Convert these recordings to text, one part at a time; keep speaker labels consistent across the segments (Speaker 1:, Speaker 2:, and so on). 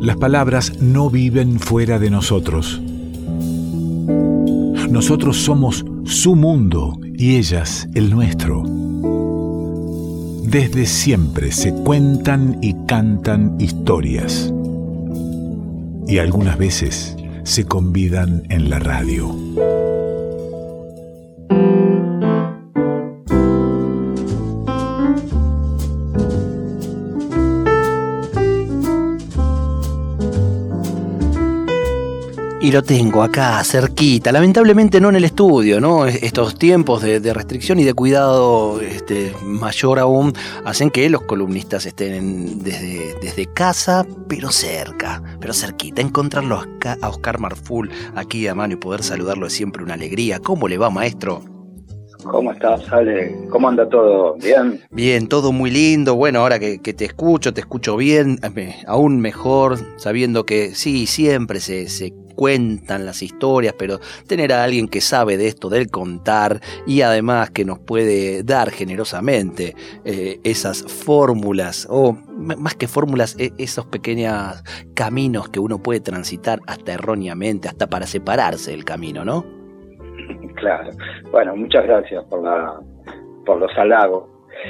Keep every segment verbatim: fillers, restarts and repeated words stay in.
Speaker 1: Las palabras no viven fuera de nosotros. Nosotros somos su mundo y ellas el nuestro. Desde siempre se cuentan y cantan historias. Y algunas veces se convidan en la radio.
Speaker 2: Y lo tengo acá, cerquita, lamentablemente no en el estudio, ¿no? Estos tiempos de, de restricción y de cuidado este, mayor aún hacen que los columnistas estén desde, desde casa, pero cerca, pero cerquita. Encontrarlo acá, a Oscar Marful aquí a mano y poder saludarlo es siempre una alegría. ¿Cómo le va, maestro?
Speaker 3: ¿Cómo estás, Ale? ¿Cómo anda todo? ¿Bien?
Speaker 2: Bien, todo muy lindo. Bueno, ahora que, que te escucho, te escucho bien, aún mejor, sabiendo que sí, siempre se, se cuentan las historias, pero tener a alguien que sabe de esto, del contar, y además que nos puede dar generosamente eh, esas fórmulas, o más que fórmulas, esos pequeños caminos que uno puede transitar hasta erróneamente, hasta para separarse del camino, ¿no?
Speaker 3: Claro. Bueno, muchas gracias por la por los halagos.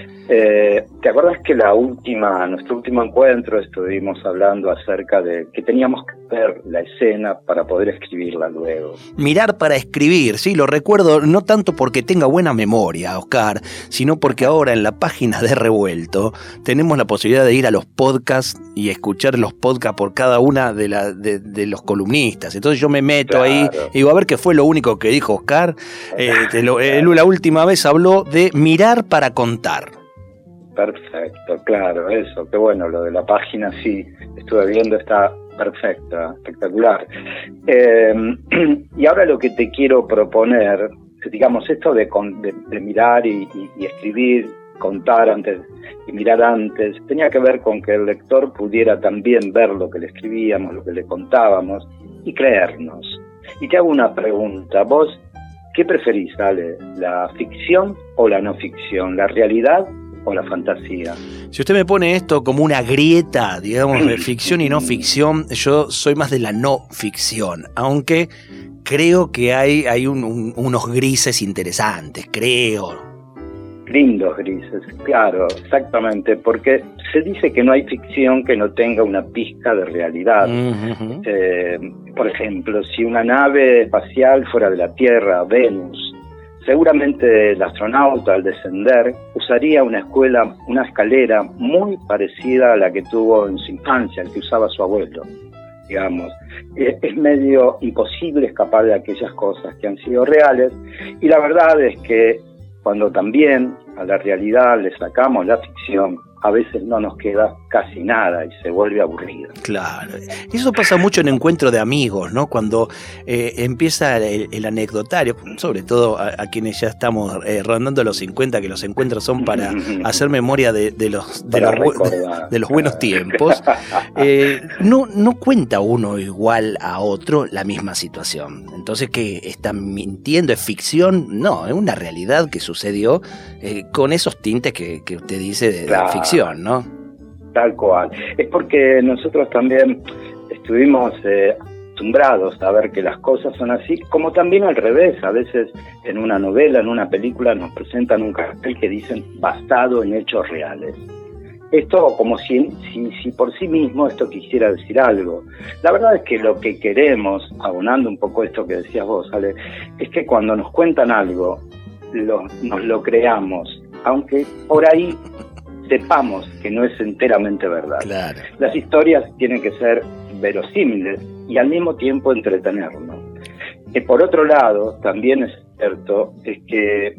Speaker 3: Eh, ¿Te acuerdas que la última, nuestro último encuentro estuvimos hablando acerca de que teníamos que ver la escena para poder escribirla luego?
Speaker 2: Mirar para escribir, sí, lo recuerdo, no tanto porque tenga buena memoria, Oscar, sino porque ahora en la página de Revuelto tenemos la posibilidad de ir a los podcasts y escuchar los podcasts por cada una de, la, de, de los columnistas. Entonces yo me meto claro. ahí y digo, a ver qué fue lo único que dijo Oscar. Eh, te lo, eh, la última vez habló de mirar para contar.
Speaker 3: Perfecto, claro, eso, qué bueno, lo de la página sí, estuve viendo, está perfecta, espectacular. Eh, y ahora lo que te quiero proponer, digamos, esto de, de, de mirar y, y, y escribir, contar antes y mirar antes, tenía que ver con que el lector pudiera también ver lo que le escribíamos, lo que le contábamos y creernos. Y te hago una pregunta, vos, ¿qué preferís, Ale? ¿La ficción o la no ficción? ¿La realidad o la fantasía?
Speaker 2: Si usted me pone esto como una grieta, digamos, de ficción y no ficción, yo soy más de la no ficción, aunque creo que hay, hay un, un, unos grises interesantes, creo.
Speaker 3: Lindos grises, claro, exactamente, porque se dice que no hay ficción que no tenga una pizca de realidad. Uh-huh. Eh, por ejemplo, si una nave espacial fuera de la Tierra, Venus, seguramente el astronauta al descender usaría una escuela, una escalera muy parecida a la que tuvo en su infancia, el que usaba su abuelo, digamos. Es medio imposible escapar de aquellas cosas que han sido reales, y la verdad es que cuando también a la realidad le sacamos la ficción, a veces no nos queda casi nada y se vuelve aburrido.
Speaker 2: Claro, eso pasa mucho en encuentro de amigos, ¿no? Cuando eh, empieza el, el anecdotario, sobre todo a, a quienes ya estamos eh, rondando los cincuenta, que los encuentros son para hacer memoria de, de, los, de, los, de, de los buenos tiempos, eh, no, no cuenta uno igual a otro la misma situación. Entonces, ¿qué? ¿Están mintiendo? ¿Es ficción? No, es una realidad que sucedió eh, con esos tintes que, que usted dice de, claro. de ficción. ¿No?
Speaker 3: Tal cual. Es porque nosotros también estuvimos eh, acostumbrados a ver que las cosas son así, como también al revés. A veces en una novela, en una película, nos presentan un cartel que dicen basado en hechos reales. Esto como si, si, si por sí mismo esto quisiera decir algo. La verdad es que lo que queremos, abonando un poco esto que decías vos, Ale, es que cuando nos cuentan algo, lo, nos lo creamos, aunque por ahí sepamos que no es enteramente verdad.
Speaker 2: Claro.
Speaker 3: Las historias tienen que ser verosímiles y al mismo tiempo entretenernos. Y por otro lado, también es cierto, es que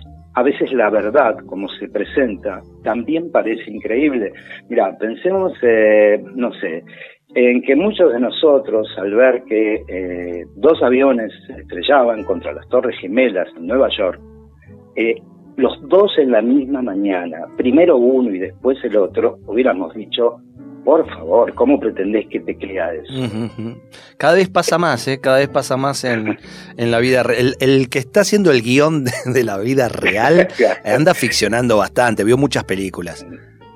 Speaker 3: a veces la verdad, como se presenta, también parece increíble. Mira, pensemos, eh, no sé, en que muchos de nosotros, al ver que eh, dos aviones se estrellaban contra las Torres Gemelas en Nueva York, eh, los dos en la misma mañana, primero uno y después el otro, hubiéramos dicho, por favor, ¿cómo pretendés que te crea eso?
Speaker 2: Uh-huh. Cada vez pasa más, ¿eh? Cada vez pasa más en, en la vida real. El, el que está haciendo el guión de, de la vida real anda ficcionando bastante, vio muchas películas.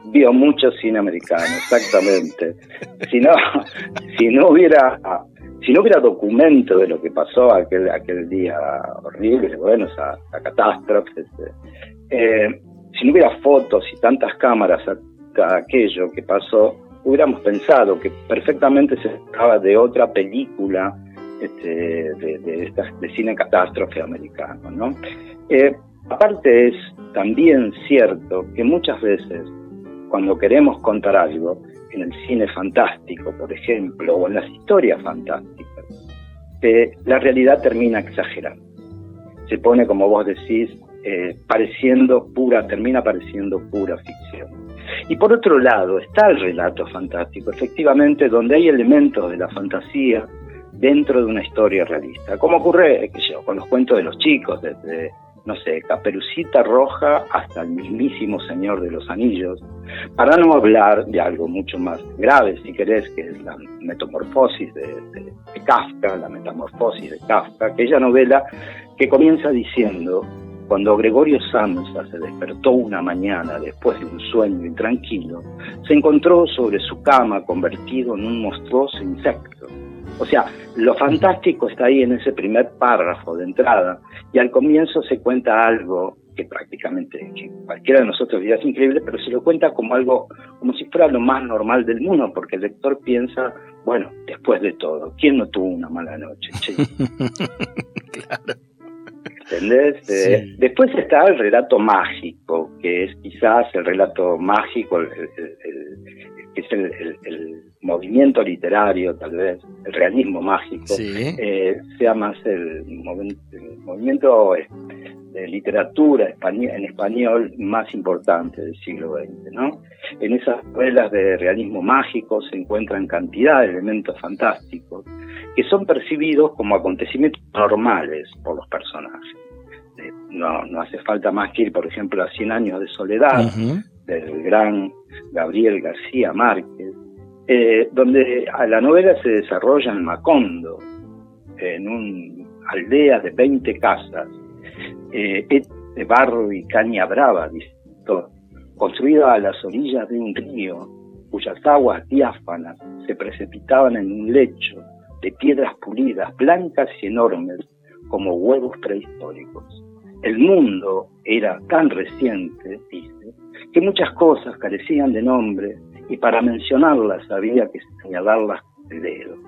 Speaker 3: vio mucho cine americano, exactamente. Si no, si no hubiera, si no hubiera documento de lo que pasó aquel aquel día horrible, bueno, esa, esa catástrofe, eh, si no hubiera fotos y tantas cámaras a, a aquello que pasó, hubiéramos pensado que perfectamente se trataba de otra película este, de, de, estas, de cine catástrofe americano, ¿no? Eh, aparte es también cierto que muchas veces cuando queremos contar algo en el cine fantástico, por ejemplo, o en las historias fantásticas, eh, la realidad termina exagerando. Se pone, como vos decís, eh, pareciendo pura, termina pareciendo pura ficción. Y por otro lado está el relato fantástico, efectivamente, donde hay elementos de la fantasía dentro de una historia realista, como ocurre qué sé yo, con los cuentos de los chicos, desde, no sé, Caperucita Roja hasta el mismísimo Señor de los Anillos, para no hablar de algo mucho más grave, si querés, que es la metamorfosis de, de, de Kafka, la metamorfosis de Kafka, aquella novela que comienza diciendo: cuando Gregorio Samsa se despertó una mañana después de un sueño intranquilo, se encontró sobre su cama convertido en un monstruoso insecto. O sea, lo fantástico está ahí en ese primer párrafo de entrada, y al comienzo se cuenta algo que prácticamente que cualquiera de nosotros diría es increíble, pero se lo cuenta como algo, como si fuera lo más normal del mundo, porque el lector piensa, bueno, después de todo, ¿quién no tuvo una mala noche? Che?
Speaker 2: Claro.
Speaker 3: ¿Entendés?
Speaker 2: Sí.
Speaker 3: Eh, después está el relato mágico, que es quizás el relato mágico, el, el, el, que es el, el, el movimiento literario, tal vez, el realismo mágico,
Speaker 2: sí.
Speaker 3: eh, sea más el, movi- el movimiento de literatura español, en español más importante del siglo veinte, ¿no? En esas novelas de realismo mágico se encuentran cantidad de elementos fantásticos que son percibidos como acontecimientos normales por los personajes. Eh, no, no hace falta más que ir, por ejemplo, a Cien años de soledad, uh-huh. del gran Gabriel García Márquez, eh, donde a la novela se desarrolla en Macondo, en una aldea de veinte casas, eh, de barro y caña brava, construida a las orillas de un río, cuyas aguas diáfanas se precipitaban en un lecho de piedras pulidas, blancas y enormes, como huevos prehistóricos. El mundo era tan reciente, dice, que muchas cosas carecían de nombre, y para mencionarlas había que señalarlas con el dedo.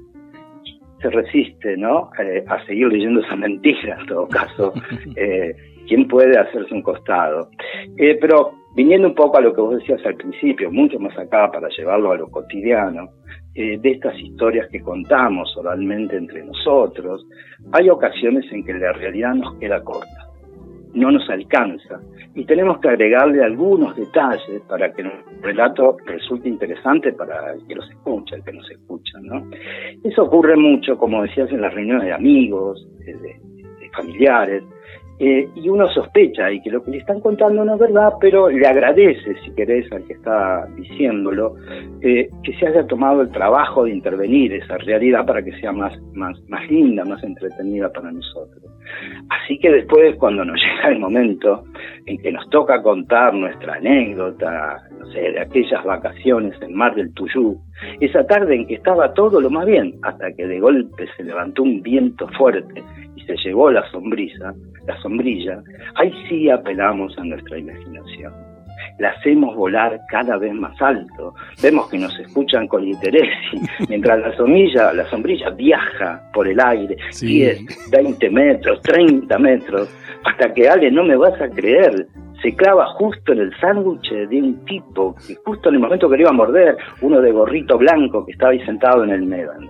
Speaker 3: Se resiste, ¿no?, eh, a seguir leyendo esa mentira, en todo caso. Eh, ¿Quién puede hacerse un costado? Eh, pero viniendo un poco a lo que vos decías al principio, mucho más acá para llevarlo a lo cotidiano, eh, de estas historias que contamos oralmente entre nosotros, hay ocasiones en que la realidad nos queda corta, no nos alcanza, y tenemos que agregarle algunos detalles para que el relato resulte interesante para el que los escucha, el que nos escucha, ¿no? Eso ocurre mucho, como decías, en las reuniones de amigos, de, de, de familiares, eh, y uno sospecha y que lo que le están contando no es verdad, pero le agradece, si querés, al que está diciéndolo, eh, que se haya tomado el trabajo de intervenir esa realidad para que sea más, más, más linda, más entretenida para nosotros. Así que después, cuando nos llega el momento en que nos toca contar nuestra anécdota, no sé, de aquellas vacaciones en Mar del Tuyú, esa tarde en que estaba todo lo más bien, hasta que de golpe se levantó un viento fuerte y se llevó la sombrilla, la sombrilla, ahí sí apelamos a nuestra imaginación. La hacemos volar cada vez más alto. Vemos que nos escuchan con interés y mientras la sombrilla, la sombrilla viaja por el aire, sí. diez, veinte metros, treinta metros, hasta que, Ale, no me vas a creer, se clava justo en el sándwich de un tipo que justo en el momento que le iba a morder, uno de gorrito blanco que estaba ahí sentado en el médano.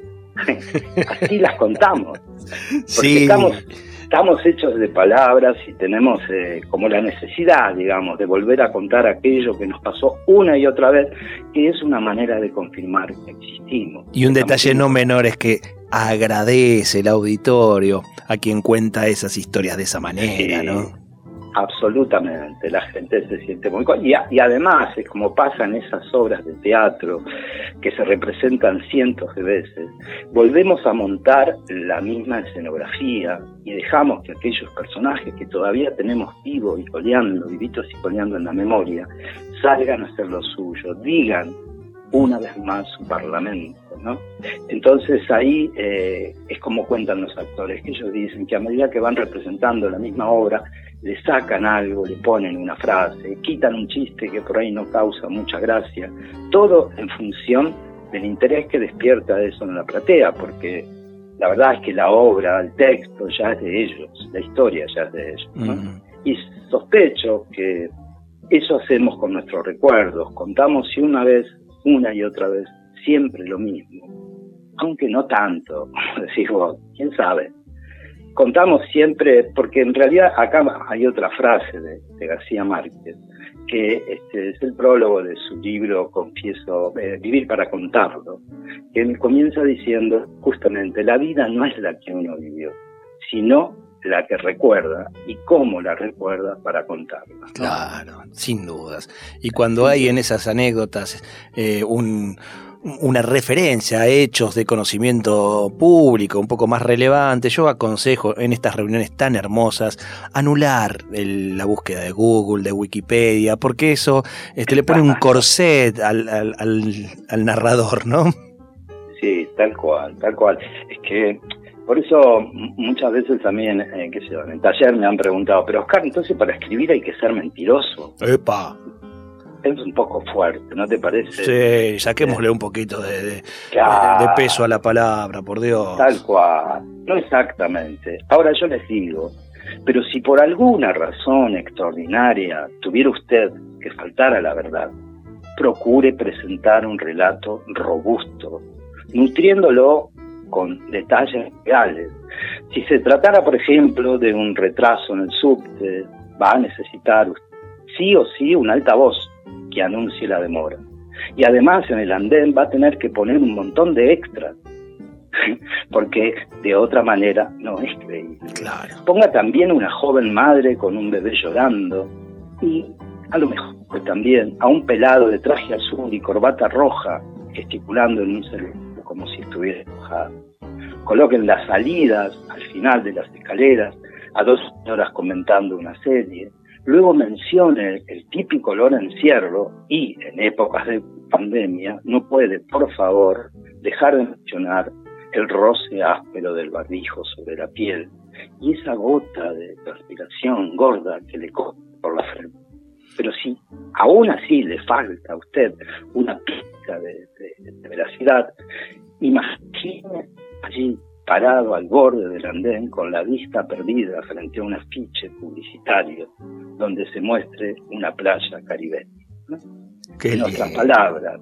Speaker 3: Así las contamos, porque
Speaker 2: sí.
Speaker 3: estamos... Estamos hechos de palabras y tenemos eh, como la necesidad, digamos, de volver a contar aquello que nos pasó una y otra vez, que es una manera de confirmar que existimos.
Speaker 2: Y un detalle no menor es que agradece el auditorio a quien cuenta esas historias de esa manera,
Speaker 3: sí.
Speaker 2: ¿no?
Speaker 3: Absolutamente, la gente se siente muy... Y, y además, es como pasa en esas obras de teatro que se representan cientos de veces, volvemos a montar la misma escenografía y dejamos que aquellos personajes que todavía tenemos vivos y coleando, vivitos y coleando en la memoria, salgan a hacer lo suyo, digan una vez más su parlamento, ¿no? Entonces ahí eh, es como cuentan los actores, que ellos dicen que a medida que van representando la misma obra, le sacan algo, le ponen una frase, quitan un chiste que por ahí no causa mucha gracia, todo en función del interés que despierta eso en la platea, porque la verdad es que la obra, el texto ya es de ellos, la historia ya es de ellos, ¿no? Mm. Y sospecho que eso hacemos con nuestros recuerdos, contamos si una vez, una y otra vez, siempre lo mismo, aunque no tanto, como decís vos, quién sabe. Contamos siempre, porque en realidad acá hay otra frase de, de García Márquez, que este es el prólogo de su libro, confieso, eh, Vivir para contarlo, que él comienza diciendo justamente, la vida no es la que uno vivió, sino la que recuerda y cómo la recuerda para contarla, ¿no?
Speaker 2: Claro, sin dudas. Y cuando hay en esas anécdotas eh, un... una referencia a hechos de conocimiento público un poco más relevante, yo aconsejo en estas reuniones tan hermosas anular el, la búsqueda de Google, de Wikipedia, porque eso este, le pone un corset al, al, al, al narrador, ¿no?
Speaker 3: Sí, tal cual, tal cual. Es que por eso muchas veces también, eh, qué sé yo, en el taller me han preguntado, pero Oscar, entonces para escribir hay que ser mentiroso.
Speaker 2: ¡Epa!
Speaker 3: Es un poco fuerte, ¿no te parece?
Speaker 2: Sí, saquémosle un poquito de, de, claro, de peso a la palabra, por Dios.
Speaker 3: Tal cual, no exactamente. Ahora yo les digo, pero si por alguna razón extraordinaria tuviera usted que faltar a la verdad, procure presentar un relato robusto, nutriéndolo con detalles reales. Si se tratara, por ejemplo, de un retraso en el subte, va a necesitar sí o sí un altavoz que anuncie la demora. Y además en el andén va a tener que poner un montón de extras, porque de otra manera no es creíble.
Speaker 2: Claro.
Speaker 3: Ponga también una joven madre con un bebé llorando y a lo mejor también a un pelado de traje azul y corbata roja gesticulando en un celular como si estuviera enojado. Coloquen las salidas al final de las escaleras a dos señoras comentando una serie. Luego mencione el típico olor a encierro y, en épocas de pandemia, no puede, por favor, dejar de mencionar el roce áspero del barbijo sobre la piel y esa gota de transpiración gorda que le corre por la frente. Pero si aún así le falta a usted una pizca de, de, de veracidad, imagine allí parado al borde del andén con la vista perdida frente a un afiche publicitario donde se muestre una playa caribeña, ¿no? En otras palabras,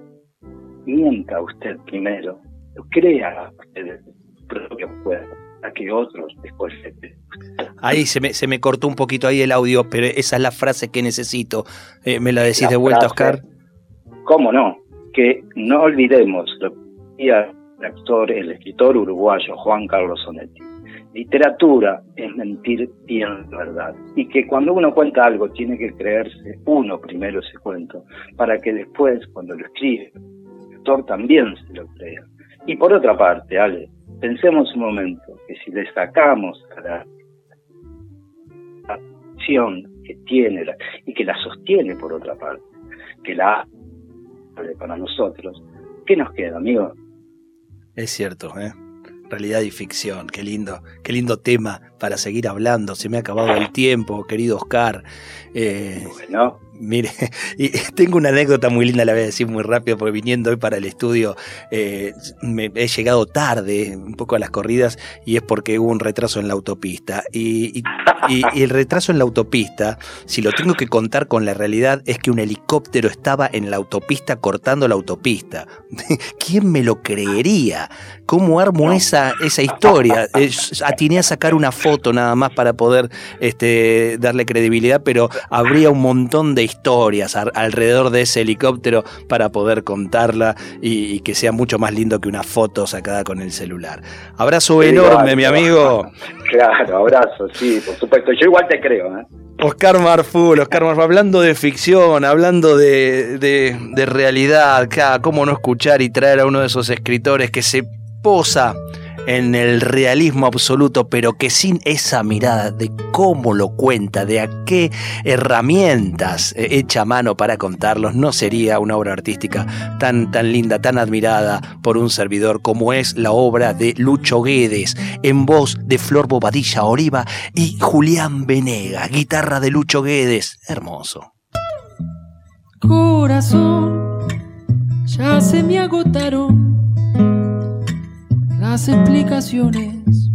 Speaker 3: mienta usted primero, crea usted el propio cuerpo, a que otros después se...
Speaker 2: Ahí se me, se me cortó un poquito ahí el audio, pero esa es la frase que necesito. Eh, ¿Me la decís
Speaker 3: la
Speaker 2: de vuelta,
Speaker 3: frase,
Speaker 2: Oscar?
Speaker 3: ¿Cómo no? Que no olvidemos lo que decía el actor, el escritor uruguayo Juan Carlos Onetti. Literatura es mentir bien la verdad. Y que cuando uno cuenta algo tiene que creerse uno primero ese cuento, para que después, cuando lo escribe, el lector también se lo crea. Y por otra parte, Ale, pensemos un momento que si le sacamos a la acción que tiene la, y que la sostiene por otra parte, que la hace para nosotros, ¿qué nos queda, amigo?
Speaker 2: Es cierto, ¿eh? Realidad y ficción, qué lindo, qué lindo tema para seguir hablando. Se me ha acabado el tiempo, querido Oscar. Eh,
Speaker 3: bueno.
Speaker 2: Mire, y tengo una anécdota muy linda, la voy a decir muy rápido, porque viniendo hoy para el estudio eh, me he llegado tarde un poco a las corridas y es porque hubo un retraso en la autopista. Y, y, y, y el retraso en la autopista, si lo tengo que contar con la realidad, es que un helicóptero estaba en la autopista cortando la autopista. ¿Quién me lo creería? ¿Cómo armo esa, esa historia? Eh, atiné a sacar una foto nada más para poder este, darle credibilidad, pero habría un montón de historias a, alrededor de ese helicóptero para poder contarla y, y que sea mucho más lindo que una foto sacada con el celular. Abrazo sí, enorme, igual, mi amigo.
Speaker 3: Claro, abrazo, sí, por supuesto. Yo igual te creo, ¿eh?
Speaker 2: Oscar Marful, Oscar Marful, hablando de ficción, hablando de, de, de realidad, acá, cómo no escuchar y traer a uno de esos escritores que se posa en el realismo absoluto, pero que sin esa mirada de cómo lo cuenta, de a qué herramientas echa mano para contarlos, no sería una obra artística tan, tan linda, tan admirada por un servidor como es la obra de Lucho Guedes, en voz de Flor Bobadilla Oliva y Julián Venegas, guitarra de Lucho Guedes, hermoso.
Speaker 4: Corazón, ya se me agotaron las explicaciones,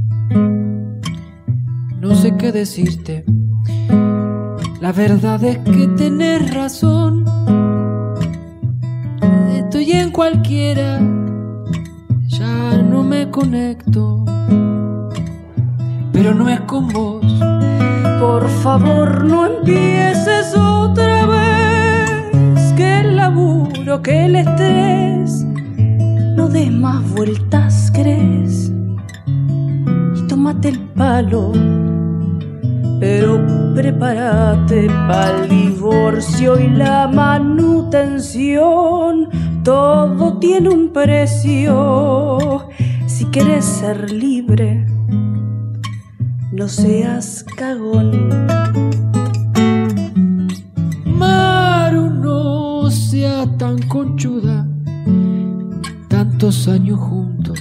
Speaker 4: no sé qué decirte. La verdad es que tenés razón. Estoy en cualquiera, ya no me conecto, pero no es con vos. Por favor, no empieces otra vez, que el laburo, que el estrés. No des más vueltas, ¿crees? Y tómate el palo, pero prepárate pa'l divorcio y la manutención. Todo tiene un precio. Si quieres ser libre, no seas cagón. Maru, no sea tan conchuda. Tantos años juntos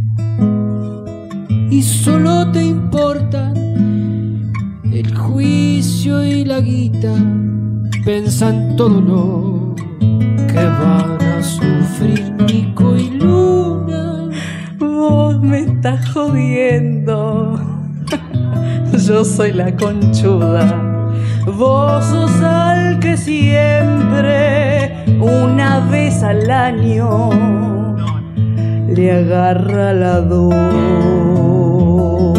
Speaker 4: y solo te importan el juicio y la guita. Pensa en todo lo que van a sufrir Nico y Luna. Vos me estás jodiendo. Yo soy la conchuda. Vos sos al que siempre, una vez al año, le agarra la duda.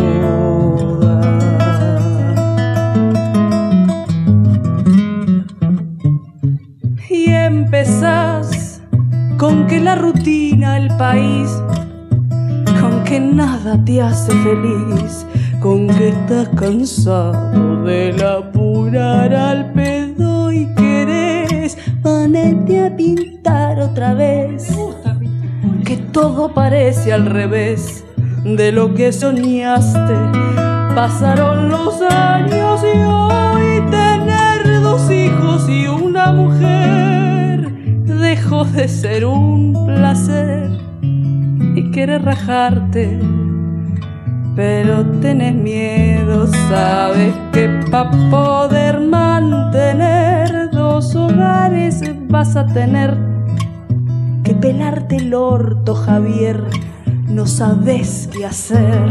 Speaker 4: Y empezás con que la rutina, el país, con que nada te hace feliz, con que estás cansado del apurar al pedo y querés ponerte a pintar otra vez. Que todo parece al revés de lo que soñaste. Pasaron los años y hoy tener dos hijos y una mujer dejó de ser un placer. Y quieres rajarte, pero tenés miedo. Sabes que pa' poder mantener dos hogares vas a tener que pelarte el orto, Javier. No sabes qué hacer.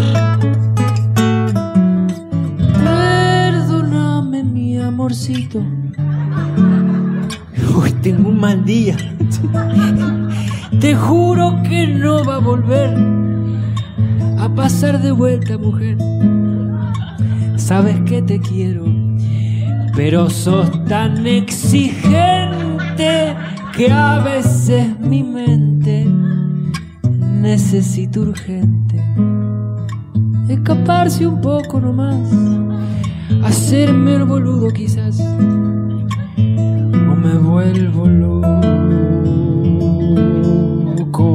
Speaker 4: Perdóname, mi amorcito. Hoy tengo un mal día. Te juro que no va a volver a pasar de vuelta, mujer. Sabes que te quiero, pero sos tan exigente que a veces mi mente necesita urgente escaparse un poco nomás, hacerme el boludo quizás, o me vuelvo loco.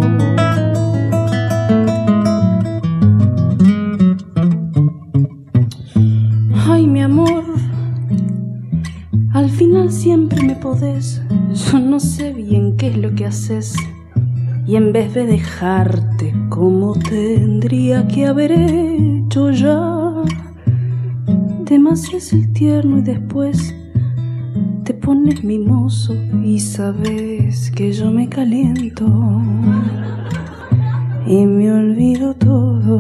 Speaker 4: Ay, mi amor, al final siempre me podés. Yo no sé bien qué es lo que haces, y en vez de dejarte como tendría que haber hecho ya, te me haces el tierno y después te pones mimoso y sabes que yo me caliento y me olvido todo.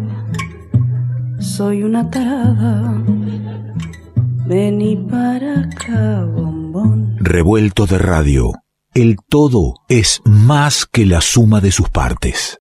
Speaker 4: Soy una tarada, vení para acá, bombón.
Speaker 1: Revuelto de Radio. El todo es más que la suma de sus partes.